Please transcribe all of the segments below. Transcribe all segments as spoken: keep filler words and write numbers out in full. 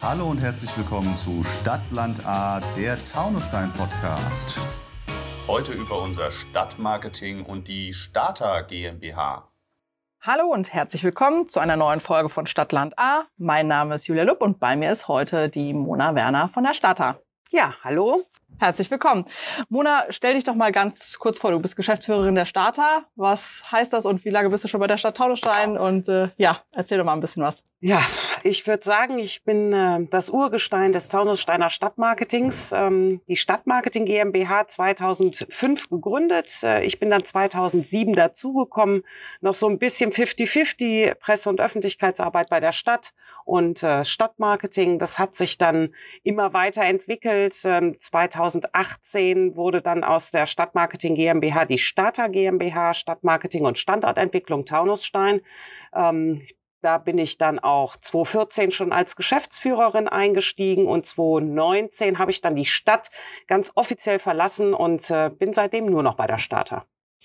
Hallo und herzlich willkommen zu Stadt, Land, A, der Taunusstein-Podcast. Heute über unser Stadtmarketing und die Stata GmbH. Hallo und herzlich willkommen zu einer neuen Folge von Stadt, Land, A. Mein Name ist Julia Lupp und bei mir ist heute die Mona Werner von der Stata. Ja, hallo. Herzlich willkommen. Mona, stell dich doch mal ganz kurz vor. Du bist Geschäftsführerin der Stata. Was heißt das und wie lange bist du schon bei der Stadt Taunusstein? Und äh, ja, erzähl doch mal ein bisschen was. Ja, ich würde sagen, ich bin äh, das Urgestein des Taunussteiner Stadtmarketings. Ähm, die Stadtmarketing GmbH zweitausendfünf gegründet. Äh, ich bin dann zweitausendsieben dazugekommen. Noch so ein bisschen fifty fifty Presse- und Öffentlichkeitsarbeit bei der Stadt und äh, Stadtmarketing. Das hat sich dann immer weiterentwickelt. Ähm, zweitausendachtzehn wurde dann aus der Stadtmarketing GmbH die Stata GmbH, Stadtmarketing und Standortentwicklung Taunusstein. Ähm, Da bin ich dann auch zweitausendvierzehn schon als Geschäftsführerin eingestiegen und zweitausendneunzehn habe ich dann die Stadt ganz offiziell verlassen und äh, bin seitdem nur noch bei der Stata.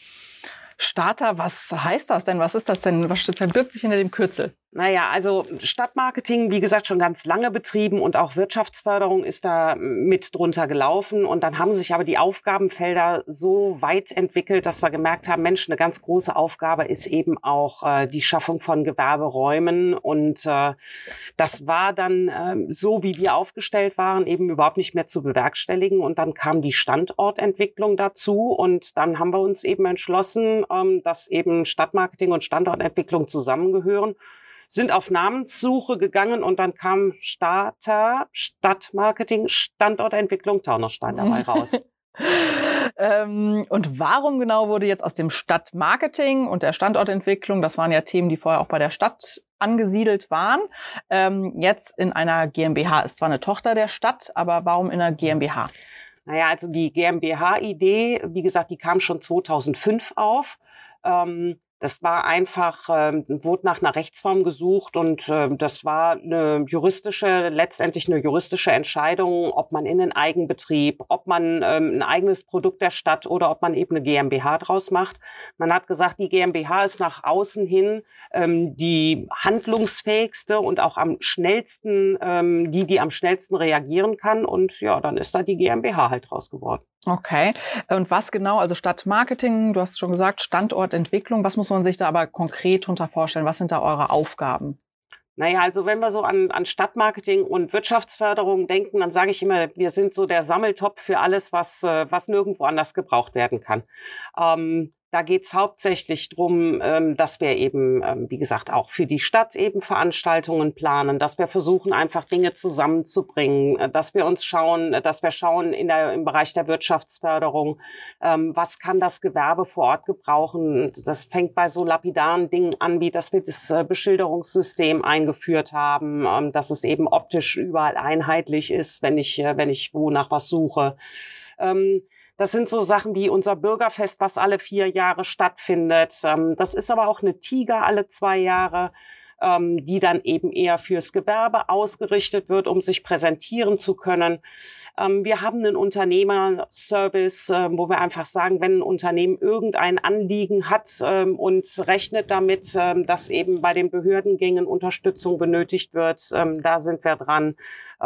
Stata, was heißt das denn? Was ist das denn? Was verbirgt sich hinter dem Kürzel? Naja, also Stadtmarketing, wie gesagt, schon ganz lange betrieben und auch Wirtschaftsförderung ist da mit drunter gelaufen. Und dann haben sich aber die Aufgabenfelder so weit entwickelt, dass wir gemerkt haben, Mensch, eine ganz große Aufgabe ist eben auch äh, die Schaffung von Gewerberäumen. Und äh, das war dann äh, so, wie wir aufgestellt waren, eben überhaupt nicht mehr zu bewerkstelligen. Und dann kam die Standortentwicklung dazu. Und dann haben wir uns eben entschlossen, ähm, dass eben Stadtmarketing und Standortentwicklung zusammengehören. Sind auf Namenssuche gegangen und dann kam Stata, Stadtmarketing, Standortentwicklung Taunusstein dabei raus. ähm, und warum genau wurde jetzt aus dem Stadtmarketing und der Standortentwicklung, das waren ja Themen, die vorher auch bei der Stadt angesiedelt waren, ähm, jetzt in einer GmbH? Ist zwar eine Tochter der Stadt, aber warum in einer GmbH? Naja, also die GmbH-Idee, wie gesagt, die kam schon zweitausendfünf auf. Ähm, Das war einfach, äh, wurde nach einer Rechtsform gesucht und äh, das war eine juristische, letztendlich eine juristische Entscheidung, ob man in den Eigenbetrieb, ob man ähm, ein eigenes Produkt der Stadt oder ob man eben eine GmbH draus macht. Man hat gesagt, die GmbH ist nach außen hin ähm, die handlungsfähigste und auch am schnellsten, ähm, die, die am schnellsten reagieren kann. Und ja, dann ist da die GmbH halt draus geworden. Okay. Und was genau, also Stadtmarketing, du hast schon gesagt, Standortentwicklung, was muss man sich da aber konkret drunter vorstellen? Was sind da eure Aufgaben? Naja, also wenn wir so an, an Stadtmarketing und Wirtschaftsförderung denken, dann sage ich immer, wir sind so der Sammeltopf für alles, was, äh, was nirgendwo anders gebraucht werden kann. Ähm, Da geht's hauptsächlich drum, ähm, dass wir eben, ähm, wie gesagt, auch für die Stadt eben Veranstaltungen planen, dass wir versuchen, einfach Dinge zusammenzubringen, äh, dass wir uns schauen, äh, dass wir schauen in der, im Bereich der Wirtschaftsförderung, ähm, was kann das Gewerbe vor Ort gebrauchen. Das fängt bei so lapidaren Dingen an, wie dass wir das äh, Beschilderungssystem eingeführt haben, ähm, dass es eben optisch überall einheitlich ist, wenn ich, äh, wenn ich wo nach was suche. Ähm, Das sind so Sachen wie unser Bürgerfest, was alle vier Jahre stattfindet. Das ist aber auch eine Tiger alle zwei Jahre, die dann eben eher fürs Gewerbe ausgerichtet wird, um sich präsentieren zu können. Wir haben einen Unternehmerservice, wo wir einfach sagen, wenn ein Unternehmen irgendein Anliegen hat und rechnet damit, dass eben bei den Behördengängen Unterstützung benötigt wird, da sind wir dran.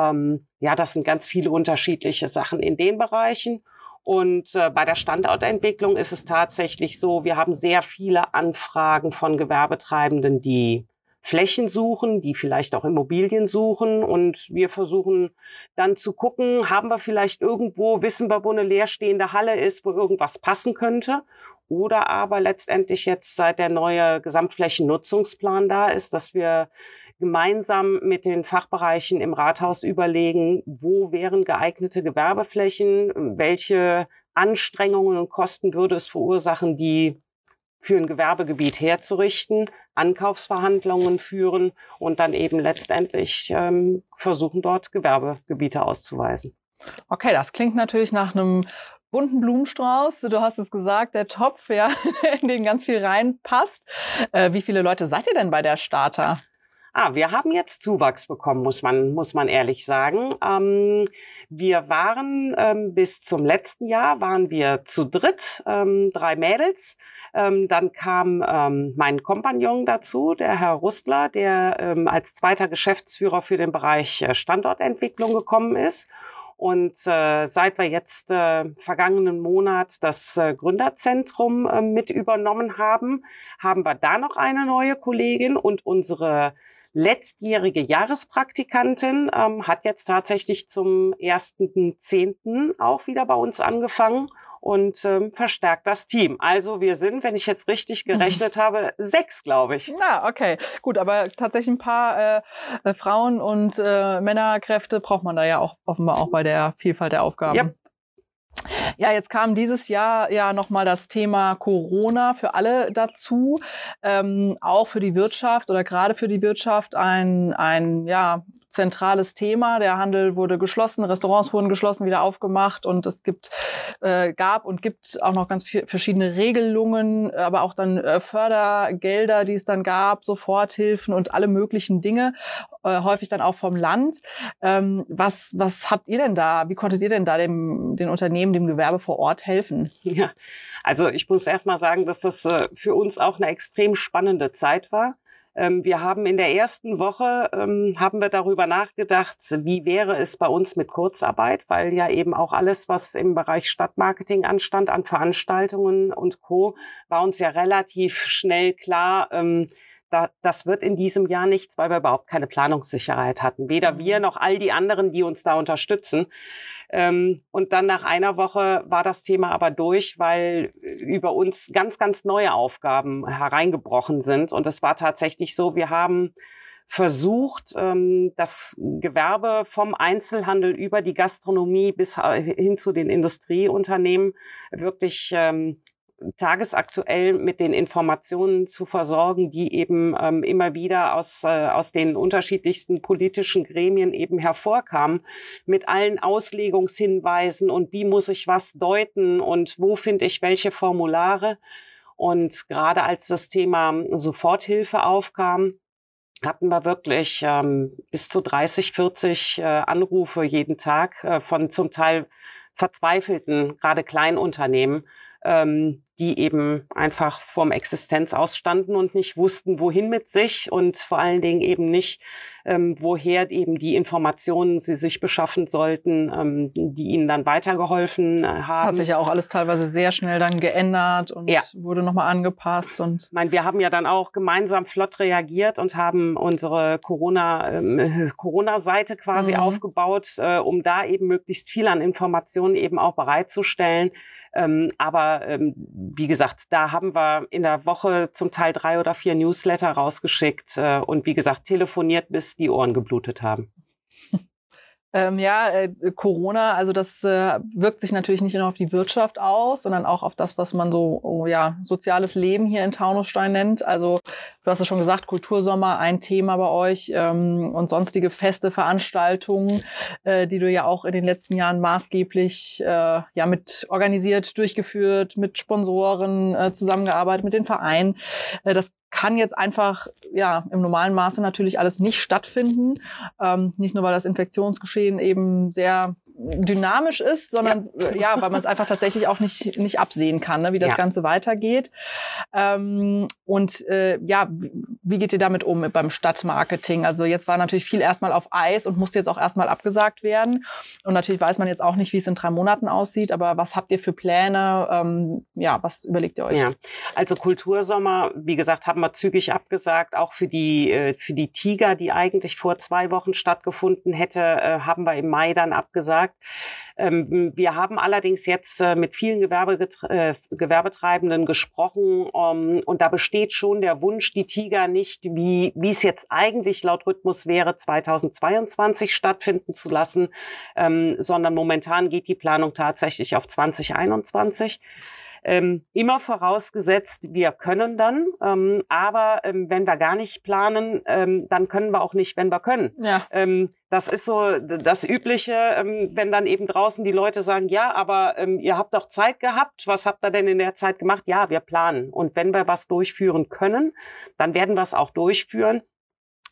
Ja, das sind ganz viele unterschiedliche Sachen in den Bereichen. Und äh, bei der Standortentwicklung ist es tatsächlich so, wir haben sehr viele Anfragen von Gewerbetreibenden, die Flächen suchen, die vielleicht auch Immobilien suchen. Und wir versuchen dann zu gucken, haben wir vielleicht irgendwo, wissen wir, wo eine leerstehende Halle ist, wo irgendwas passen könnte. Oder aber letztendlich jetzt seit der neue Gesamtflächennutzungsplan da ist, dass wir gemeinsam mit den Fachbereichen im Rathaus überlegen, wo wären geeignete Gewerbeflächen, welche Anstrengungen und Kosten würde es verursachen, die für ein Gewerbegebiet herzurichten, Ankaufsverhandlungen führen und dann eben letztendlich ähm, versuchen, dort Gewerbegebiete auszuweisen. Okay, das klingt natürlich nach einem bunten Blumenstrauß. Du hast es gesagt, der Topf, ja, in den ganz viel reinpasst. Äh, wie viele Leute seid ihr denn bei der Stata? Ah, wir haben jetzt Zuwachs bekommen, muss man, muss man ehrlich sagen. Ähm, wir waren ähm, bis zum letzten Jahr waren wir zu dritt, ähm, drei Mädels. Ähm, dann kam ähm, mein Kompagnon dazu, der Herr Rustler, der ähm, als zweiter Geschäftsführer für den Bereich äh, Standortentwicklung gekommen ist. Und äh, seit wir jetzt äh, vergangenen Monat das äh, Gründerzentrum äh, mit übernommen haben, haben wir da noch eine neue Kollegin und unsere letztjährige Jahrespraktikantin ähm, hat jetzt tatsächlich zum ersten Zehnten auch wieder bei uns angefangen und ähm, verstärkt das Team. Also wir sind, wenn ich jetzt richtig gerechnet mhm. habe, sechs, glaube ich. Na, okay. Gut, aber tatsächlich ein paar äh, Frauen- und äh, Männerkräfte braucht man da ja auch offenbar auch bei der Vielfalt der Aufgaben. Yep. Ja, jetzt kam dieses Jahr ja nochmal das Thema Corona für alle dazu, ähm, auch für die Wirtschaft oder gerade für die Wirtschaft ein, ein ja, zentrales Thema. Der Handel wurde geschlossen, Restaurants wurden geschlossen, wieder aufgemacht und es gibt, äh, gab und gibt auch noch ganz viel, verschiedene Regelungen, aber auch dann äh, Fördergelder, die es dann gab, Soforthilfen und alle möglichen Dinge, äh, häufig dann auch vom Land. Ähm, was, was habt ihr denn da? Wie konntet ihr denn da dem, den Unternehmen, dem Gewerbe vor Ort helfen? Ja, also ich muss erst mal sagen, dass das äh, für uns auch eine extrem spannende Zeit war. Wir haben in der ersten Woche, ähm, haben wir darüber nachgedacht, wie wäre es bei uns mit Kurzarbeit, weil ja eben auch alles, was im Bereich Stadtmarketing anstand, an Veranstaltungen und Co., war uns ja relativ schnell klar, ähm, da, das wird in diesem Jahr nichts, weil wir überhaupt keine Planungssicherheit hatten. Weder wir noch all die anderen, die uns da unterstützen. Ähm, und dann nach einer Woche war das Thema aber durch, weil über uns ganz, ganz neue Aufgaben hereingebrochen sind. Und es war tatsächlich so, wir haben versucht, ähm, das Gewerbe vom Einzelhandel über die Gastronomie bis hin zu den Industrieunternehmen wirklich ähm, tagesaktuell mit den Informationen zu versorgen, die eben ähm, immer wieder aus, äh, aus den unterschiedlichsten politischen Gremien eben hervorkamen, mit allen Auslegungshinweisen und wie muss ich was deuten und wo finde ich welche Formulare. Und gerade als das Thema Soforthilfe aufkam, hatten wir wirklich ähm, bis zu dreißig, vierzig äh, Anrufe jeden Tag äh, von zum Teil verzweifelten, gerade Kleinunternehmen, ähm, die eben einfach vorm Existenz ausstanden und nicht wussten, wohin mit sich und vor allen Dingen eben nicht, ähm, woher eben die Informationen sie sich beschaffen sollten, ähm, die ihnen dann weitergeholfen haben. Hat sich ja auch alles teilweise sehr schnell dann geändert und ja. wurde nochmal angepasst. Und ich meine, wir haben ja dann auch gemeinsam flott reagiert und haben unsere Corona, ähm, Corona-Seite quasi mhm. aufgebaut, äh, um da eben möglichst viel an Informationen eben auch bereitzustellen. Ähm, aber ähm, wie gesagt, da haben wir in der Woche zum Teil drei oder vier Newsletter rausgeschickt äh, und wie gesagt, telefoniert, bis die Ohren geblutet haben. Ähm, ja, äh, Corona, also das äh, wirkt sich natürlich nicht nur auf die Wirtschaft aus, sondern auch auf das, was man so, oh, ja, soziales Leben hier in Taunusstein nennt. Also du hast es schon gesagt, Kultursommer, ein Thema bei euch ähm, und sonstige feste Veranstaltungen, äh, die du ja auch in den letzten Jahren maßgeblich äh, ja mit organisiert, durchgeführt, mit Sponsoren äh, zusammengearbeitet, mit den Vereinen. Äh, das kann jetzt einfach ja im normalen Maße natürlich alles nicht stattfinden. Ähm, nicht nur, weil das Infektionsgeschehen eben sehr dynamisch ist, sondern ja, ja weil man es einfach tatsächlich auch nicht nicht absehen kann, ne, wie das ja. Ganze weitergeht. Ähm, und äh, ja, wie geht ihr damit um beim Stadtmarketing? Also jetzt war natürlich viel erstmal auf Eis und musste jetzt auch erstmal abgesagt werden. Und natürlich weiß man jetzt auch nicht, wie es in drei Monaten aussieht. Aber was habt ihr für Pläne? Ähm, ja, was überlegt ihr euch? Ja, also Kultursommer, wie gesagt, haben wir zügig abgesagt. Auch für die für die Tiger, die eigentlich vor zwei Wochen stattgefunden hätte, haben wir im Mai dann abgesagt. Wir haben allerdings jetzt mit vielen Gewerbegetre- Gewerbetreibenden gesprochen und da besteht schon der Wunsch, die Tiger nicht, wie wie es jetzt eigentlich laut Rhythmus wäre, zweitausendzweiundzwanzig stattfinden zu lassen, sondern momentan geht die Planung tatsächlich auf zwanzig einundzwanzig. Ähm, immer vorausgesetzt, wir können dann, ähm, aber ähm, wenn wir gar nicht planen, ähm, dann können wir auch nicht, wenn wir können. Ja. Ähm, das ist so das Übliche, ähm, wenn dann eben draußen die Leute sagen, ja, aber ähm, ihr habt doch Zeit gehabt, was habt ihr denn in der Zeit gemacht? Ja, wir planen. Und wenn wir was durchführen können, dann werden wir es auch durchführen.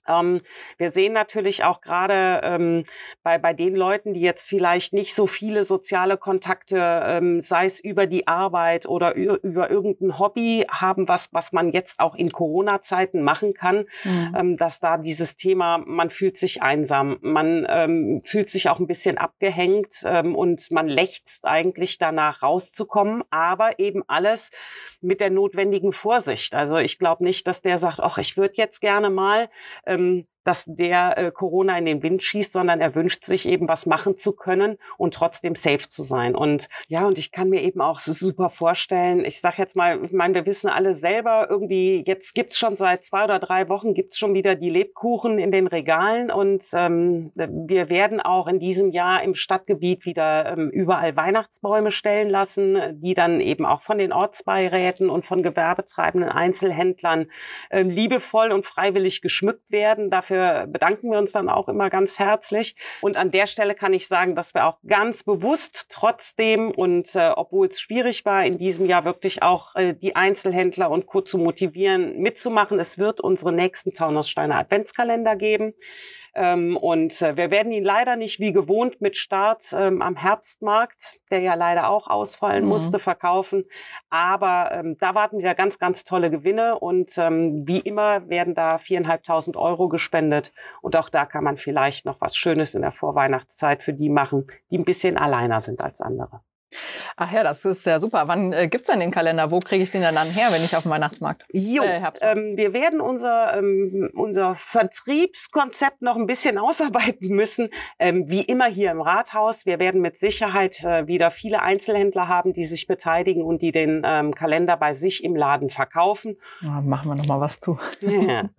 Ähm, wir sehen natürlich auch gerade ähm, bei, bei den Leuten, die jetzt vielleicht nicht so viele soziale Kontakte, ähm, sei es über die Arbeit oder über, über irgendein Hobby haben, was, was man jetzt auch in Corona-Zeiten machen kann, mhm. ähm, dass da dieses Thema, man fühlt sich einsam, man ähm, fühlt sich auch ein bisschen abgehängt ähm, und man lechzt eigentlich danach rauszukommen, aber eben alles mit der notwendigen Vorsicht. Also ich glaube nicht, dass der sagt, ach, ich würde jetzt gerne mal ähm, dass der äh, Corona in den Wind schießt, sondern er wünscht sich eben, was machen zu können und trotzdem safe zu sein. Und ja, und ich kann mir eben auch so super vorstellen, ich sage jetzt mal, ich meine, wir wissen alle selber, irgendwie, jetzt gibt's schon seit zwei oder drei Wochen, gibt's schon wieder die Lebkuchen in den Regalen und ähm, wir werden auch in diesem Jahr im Stadtgebiet wieder ähm, überall Weihnachtsbäume stellen lassen, die dann eben auch von den Ortsbeiräten und von gewerbetreibenden Einzelhändlern äh, liebevoll und freiwillig geschmückt werden. Dafür bedanken wir uns dann auch immer ganz herzlich. Und an der Stelle kann ich sagen, dass wir auch ganz bewusst trotzdem und äh, obwohl es schwierig war, in diesem Jahr wirklich auch äh, die Einzelhändler und Co. zu motivieren, mitzumachen. Es wird unsere nächsten Taunussteiner Adventskalender geben. Ähm, und äh, wir werden ihn leider nicht wie gewohnt mit Start ähm, am Herbstmarkt, der ja leider auch ausfallen mhm. musste, verkaufen. Aber ähm, da warten wieder ganz, ganz tolle Gewinne. Und ähm, wie immer werden da viereinhalbtausend Euro gespendet. Und auch da kann man vielleicht noch was Schönes in der Vorweihnachtszeit für die machen, die ein bisschen alleiner sind als andere. Ach ja, das ist ja super. Wann äh, gibt's denn den Kalender? Wo kriege ich den dann her, wenn ich auf dem Weihnachtsmarkt? Jo, äh, ähm, wir werden unser ähm, unser Vertriebskonzept noch ein bisschen ausarbeiten müssen. Ähm, wie immer hier im Rathaus. Wir werden mit Sicherheit äh, wieder viele Einzelhändler haben, die sich beteiligen und die den ähm, Kalender bei sich im Laden verkaufen. Ja, machen wir noch mal was zu. Ja,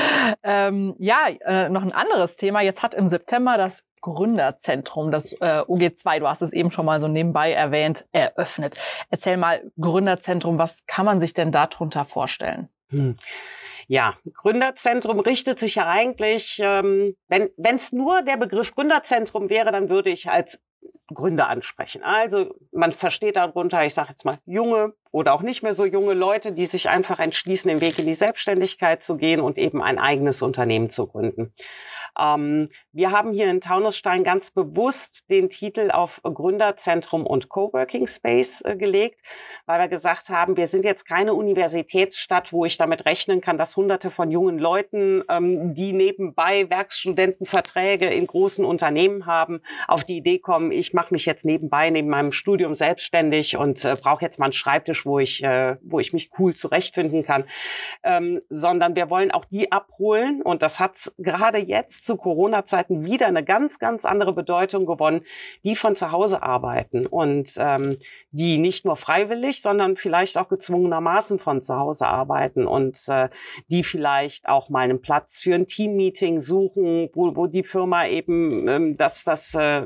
ähm, ja äh, noch ein anderes Thema. Jetzt hat im September das Gründerzentrum, das äh, U G zwei, du hast es eben schon mal so nebenbei erwähnt, eröffnet. Erzähl mal, Gründerzentrum, was kann man sich denn darunter vorstellen? Hm. Ja, Gründerzentrum richtet sich ja eigentlich, ähm, wenn wenn es nur der Begriff Gründerzentrum wäre, dann würde ich als Gründer ansprechen. Also man versteht darunter, ich sage jetzt mal, junge oder auch nicht mehr so junge Leute, die sich einfach entschließen, den Weg in die Selbstständigkeit zu gehen und eben ein eigenes Unternehmen zu gründen. Ähm, wir haben hier in Taunusstein ganz bewusst den Titel auf Gründerzentrum und Coworking Space äh, gelegt, weil wir gesagt haben, wir sind jetzt keine Universitätsstadt, wo ich damit rechnen kann, dass hunderte von jungen Leuten, ähm, die nebenbei Werkstudentenverträge in großen Unternehmen haben, auf die Idee kommen, ich mache mich jetzt nebenbei neben meinem Studium selbstständig und äh, brauche jetzt mal einen Schreibtisch, wo ich, äh, wo ich mich cool zurechtfinden kann, ähm, sondern wir wollen auch die abholen und das hat gerade jetzt zu Corona-Zeiten wieder eine ganz, ganz andere Bedeutung gewonnen, die von zu Hause arbeiten und ähm, die nicht nur freiwillig, sondern vielleicht auch gezwungenermaßen von zu Hause arbeiten und äh, die vielleicht auch mal einen Platz für ein Teammeeting suchen, wo, wo die Firma eben ähm, dass das äh,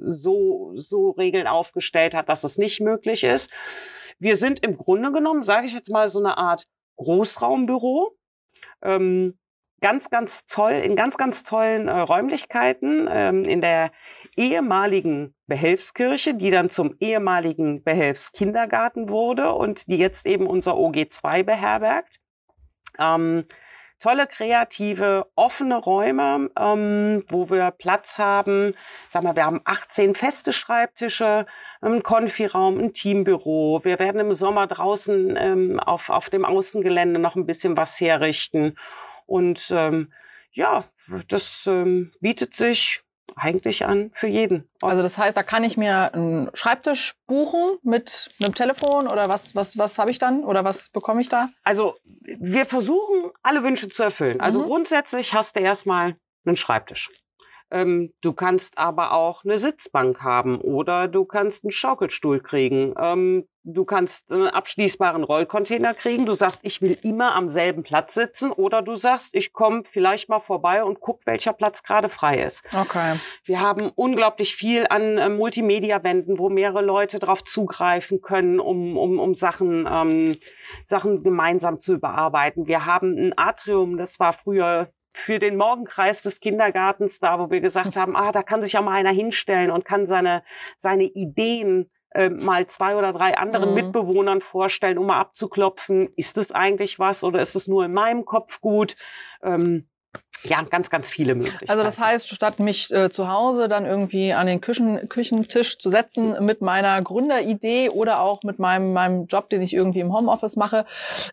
so, so Regeln aufgestellt hat, dass es nicht möglich ist. Wir sind im Grunde genommen, sage ich jetzt mal, so eine Art Großraumbüro. Ähm, ganz, ganz toll, in ganz, ganz tollen äh, Räumlichkeiten ähm, in der ehemaligen Behelfskirche, die dann zum ehemaligen Behelfskindergarten wurde und die jetzt eben unser O G zwei beherbergt. Ähm, tolle, kreative, offene Räume, ähm, wo wir Platz haben. Sag mal, wir haben achtzehn feste Schreibtische, einen Konfiraum, ein Teambüro. Wir werden im Sommer draußen ähm, auf, auf dem Außengelände noch ein bisschen was herrichten. Und ähm, ja, das ähm, bietet sich eigentlich an für jeden. Also das heißt, da kann ich mir einen Schreibtisch buchen mit einem Telefon oder was, was, was habe ich dann oder was bekomme ich da? Also wir versuchen, alle Wünsche zu erfüllen. Also mhm. grundsätzlich hast du erstmal einen Schreibtisch. Ähm, du kannst aber auch eine Sitzbank haben oder du kannst einen Schaukelstuhl kriegen. Ähm, du kannst einen abschließbaren Rollcontainer kriegen. Du sagst, ich will immer am selben Platz sitzen oder du sagst, ich komme vielleicht mal vorbei und guck, welcher Platz gerade frei ist. Okay. Wir haben unglaublich viel an äh, Multimedia-Wänden, wo mehrere Leute drauf zugreifen können, um, um, um Sachen, ähm, Sachen gemeinsam zu überarbeiten. Wir haben ein Atrium, das war früher für den Morgenkreis des Kindergartens da, wo wir gesagt haben, ah, da kann sich ja mal einer hinstellen und kann seine, seine Ideen äh, mal zwei oder drei anderen mhm. Mitbewohnern vorstellen, um mal abzuklopfen, ist es eigentlich was oder ist es nur in meinem Kopf gut? Ähm, Ja, ganz, ganz viele Möglichkeiten. Also das heißt, statt mich äh, zu Hause dann irgendwie an den Küchen, Küchentisch zu setzen mit meiner Gründeridee oder auch mit meinem, meinem Job, den ich irgendwie im Homeoffice mache,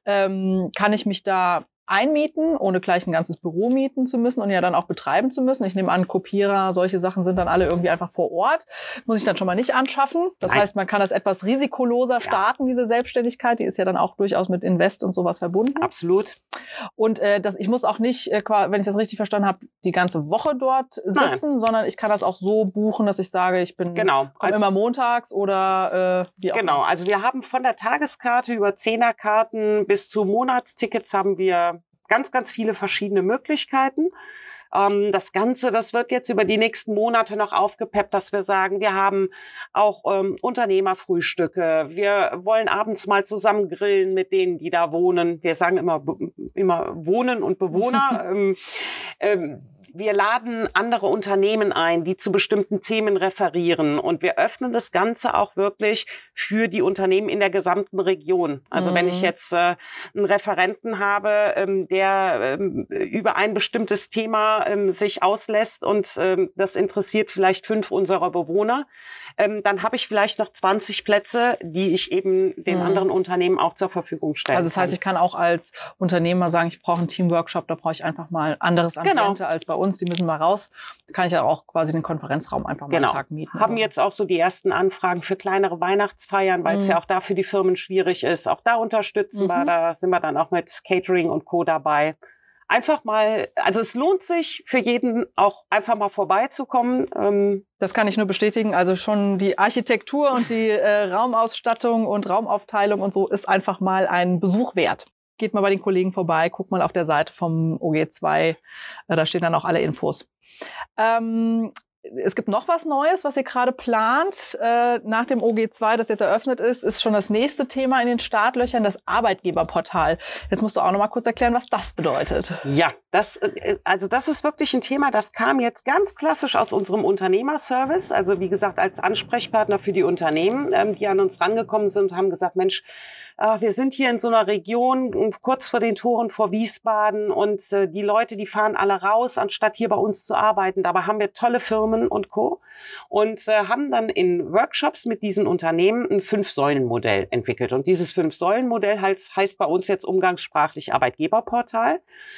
ähm, kann ich mich da einmieten, ohne gleich ein ganzes Büro mieten zu müssen und ja dann auch betreiben zu müssen. Ich nehme an, Kopierer, solche Sachen sind dann alle irgendwie einfach vor Ort. Muss ich dann schon mal nicht anschaffen. Das Nein. heißt, man kann das etwas risikoloser starten, ja. diese Selbstständigkeit. Die ist ja dann auch durchaus mit Invest und sowas verbunden. Absolut. Und äh, das, ich muss auch nicht, äh, wenn ich das richtig verstanden habe, die ganze Woche dort sitzen, Nein. sondern ich kann das auch so buchen, dass ich sage, ich bin genau. also, immer montags oder äh, wie auch Genau, immer. Also wir haben von der Tageskarte über Zehnerkarten bis zu Monatstickets haben wir ganz, ganz viele verschiedene Möglichkeiten. Ähm, das Ganze, das wird jetzt über die nächsten Monate noch aufgepeppt, dass wir sagen, wir haben auch ähm, Unternehmerfrühstücke. Wir wollen abends mal zusammen grillen mit denen, die da wohnen. Wir sagen immer, immer Wohnen und Bewohner. ähm, ähm, Wir laden andere Unternehmen ein, die zu bestimmten Themen referieren. Und wir öffnen das Ganze auch wirklich für die Unternehmen in der gesamten Region. Also mhm. wenn ich jetzt äh, einen Referenten habe, ähm, der ähm, über ein bestimmtes Thema ähm, sich auslässt und ähm, das interessiert vielleicht fünf unserer Bewohner, ähm, dann habe ich vielleicht noch zwanzig Plätze, die ich eben den mhm. anderen Unternehmen auch zur Verfügung stellen Also das heißt, kann. ich kann auch als Unternehmer sagen, ich brauche einen Teamworkshop, da brauche ich einfach mal anderes Ambiente genau. als bei uns, die müssen mal raus. Da kann ich ja auch quasi den Konferenzraum einfach mal genau. einen Tag mieten. Haben jetzt auch so die ersten Anfragen für kleinere Weihnachtsfeiern, weil es mhm. ja auch da für die Firmen schwierig ist. Auch da unterstützen mhm. wir, da sind wir dann auch mit Catering und Co. dabei. Einfach mal, also es lohnt sich für jeden auch einfach mal vorbeizukommen. Ähm das kann ich nur bestätigen. Also schon die Architektur und die äh, Raumausstattung und Raumaufteilung und so ist einfach mal ein Besuch wert. Geht mal bei den Kollegen vorbei, guckt mal auf der Seite vom O G zwei, äh, da stehen dann auch alle Infos. Ähm, es gibt noch was Neues, was ihr gerade plant. Äh, nach dem O G zwei, das jetzt eröffnet ist, ist schon das nächste Thema in den Startlöchern, das Arbeitgeberportal. Jetzt musst du auch noch mal kurz erklären, was das bedeutet. Ja, das, also das ist wirklich ein Thema, das kam jetzt ganz klassisch aus unserem Unternehmerservice. Also wie gesagt, als Ansprechpartner für die Unternehmen, ähm, die an uns rangekommen sind und haben gesagt, Mensch, äh, wir sind hier in so einer Region kurz vor den Toren vor Wiesbaden und äh, die Leute, die fahren alle raus, anstatt hier bei uns zu arbeiten. Dabei haben wir tolle Firmen und Co. Und äh, haben dann in Workshops mit diesen Unternehmen ein Fünf-Säulen-Modell entwickelt. Und dieses Fünf-Säulen-Modell heißt, heißt bei uns jetzt umgangssprachlich Arbeitgeberportal.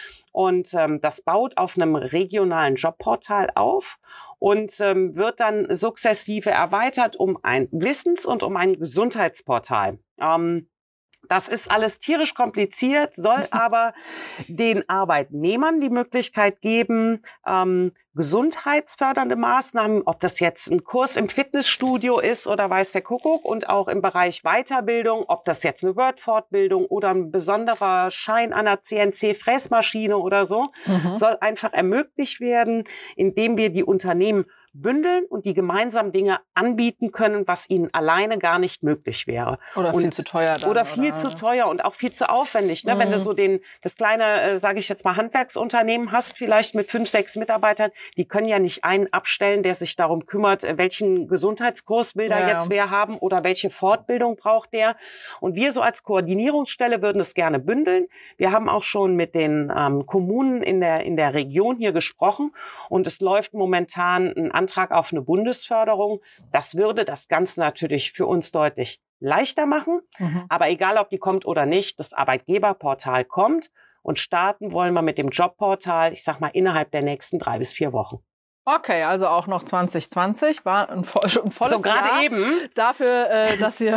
Und ähm, das baut auf einem regionalen Jobportal auf und ähm, wird dann sukzessive erweitert um ein Wissens- und um ein Gesundheitsportal. Ähm, Das ist alles tierisch kompliziert, soll aber den Arbeitnehmern die Möglichkeit geben, ähm, gesundheitsfördernde Maßnahmen, ob das jetzt ein Kurs im Fitnessstudio ist oder weiß der Kuckuck, und auch im Bereich Weiterbildung, ob das jetzt eine Word-Fortbildung oder ein besonderer Schein an einer C N C-Fräsmaschine oder so, mhm. soll einfach ermöglicht werden, indem wir die Unternehmen bündeln und die gemeinsam Dinge anbieten können, was ihnen alleine gar nicht möglich wäre. Oder und, viel zu teuer dann. Oder viel oder? zu teuer und auch viel zu aufwendig. Ne? Mhm. Wenn du so den das kleine, äh, sage ich jetzt mal, Handwerksunternehmen hast, vielleicht mit fünf, sechs Mitarbeitern, die können ja nicht einen abstellen, der sich darum kümmert, welchen Gesundheitskurs will da ja, jetzt wer haben oder welche Fortbildung braucht der. Und wir so als Koordinierungsstelle würden es gerne bündeln. Wir haben auch schon mit den ähm, Kommunen in der, in der Region hier gesprochen und es läuft momentan ein Antrag auf eine Bundesförderung. Das würde das Ganze natürlich für uns deutlich leichter machen. Mhm. Aber egal, ob die kommt oder nicht, das Arbeitgeberportal kommt und starten wollen wir mit dem Jobportal, ich sag mal, innerhalb der nächsten drei bis vier Wochen. Okay, also auch noch zwanzig zwanzig war ein, voll, ein volles so, gerade Jahr eben. Dafür, äh, dass ihr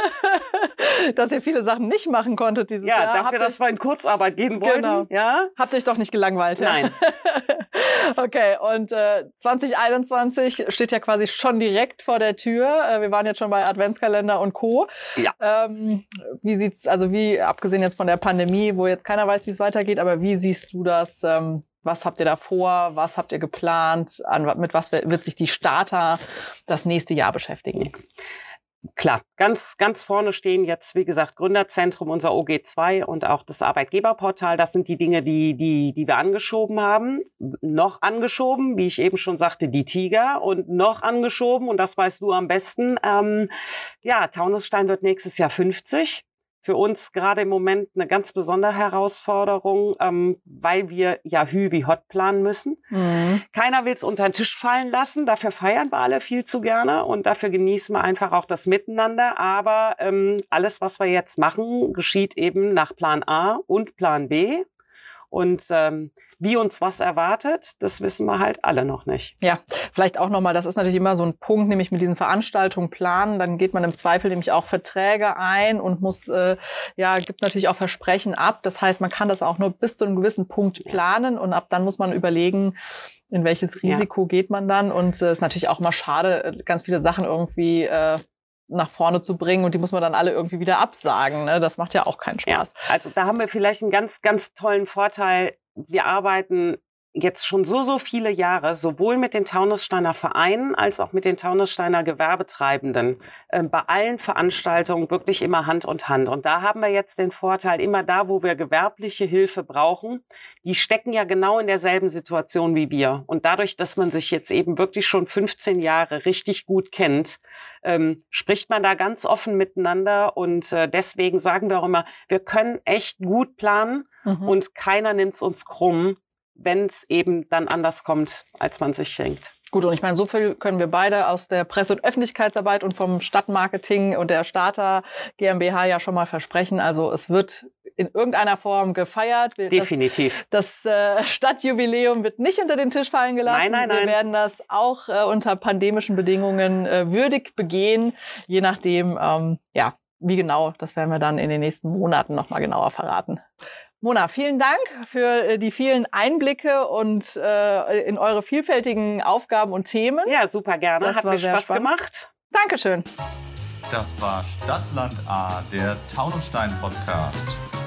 dass ihr viele Sachen nicht machen konntet dieses ja, Jahr. Ja, dafür, habt dass wir in Kurzarbeit gehen wollten. Genau. Ja? Habt ihr euch doch nicht gelangweilt. Ja? Nein. Okay, und äh, zwanzig einundzwanzig steht ja quasi schon direkt vor der Tür. Äh, wir waren jetzt schon bei Adventskalender und Co. Ja. Ähm, wie sieht's, also wie, abgesehen jetzt von der Pandemie, wo jetzt keiner weiß, wie es weitergeht, aber wie siehst du das? Ähm, was habt ihr da vor? Was habt ihr geplant? An, mit was wird sich die Starter das nächste Jahr beschäftigen? Klar, ganz, ganz vorne stehen jetzt, wie gesagt, Gründerzentrum, unser O G zwei und auch das Arbeitgeberportal. Das sind die Dinge, die, die, die wir angeschoben haben. Noch angeschoben, wie ich eben schon sagte, die Tiger, und noch angeschoben, und das weißt du am besten. Ähm, ja, Taunusstein wird nächstes Jahr fünfzig. für uns gerade im Moment eine ganz besondere Herausforderung, ähm, weil wir ja Hü wie Hott planen müssen. Mhm. Keiner will es unter den Tisch fallen lassen, dafür feiern wir alle viel zu gerne und dafür genießen wir einfach auch das Miteinander. Aber ähm, alles, was wir jetzt machen, geschieht eben nach Plan A und Plan B. Und ähm, wie uns was erwartet, das wissen wir halt alle noch nicht. Ja, vielleicht auch nochmal, das ist natürlich immer so ein Punkt, nämlich mit diesen Veranstaltungen planen, dann geht man im Zweifel nämlich auch Verträge ein und muss, äh, ja, gibt natürlich auch Versprechen ab. Das heißt, man kann das auch nur bis zu einem gewissen Punkt planen und ab dann muss man überlegen, in welches Risiko ja. geht man dann. Und es äh, ist natürlich auch immer schade, ganz viele Sachen irgendwie äh, nach vorne zu bringen und die muss man dann alle irgendwie wieder absagen. Ne? Das macht ja auch keinen Spaß. Ja, also da haben wir vielleicht einen ganz, ganz tollen Vorteil. Wir arbeiten jetzt schon so, so viele Jahre, sowohl mit den Taunussteiner Vereinen als auch mit den Taunussteiner Gewerbetreibenden, äh, bei allen Veranstaltungen wirklich immer Hand und Hand. Und da haben wir jetzt den Vorteil, immer da, wo wir gewerbliche Hilfe brauchen, die stecken ja genau in derselben Situation wie wir. Und dadurch, dass man sich jetzt eben wirklich schon fünfzehn Jahre richtig gut kennt, ähm, spricht man da ganz offen miteinander. Und äh, deswegen sagen wir auch immer, wir können echt gut planen mhm. und keiner nimmt es uns krumm, wenn es eben dann anders kommt, als man sich denkt. Gut, und ich meine, so viel können wir beide aus der Presse- und Öffentlichkeitsarbeit und vom Stadtmarketing und der Starter GmbH ja schon mal versprechen. Also es wird in irgendeiner Form gefeiert. Definitiv. Das, das äh, Stadtjubiläum wird nicht unter den Tisch fallen gelassen. Nein, nein, nein. Wir werden das auch äh, unter pandemischen Bedingungen äh, würdig begehen, je nachdem, ähm, ja, wie genau, das werden wir dann in den nächsten Monaten nochmal genauer verraten. Mona, vielen Dank für die vielen Einblicke und äh, in eure vielfältigen Aufgaben und Themen. Ja, super gerne. Das Hat mir Spaß spannend. gemacht. Dankeschön. Das war Stadtland A, der Taunusstein Podcast.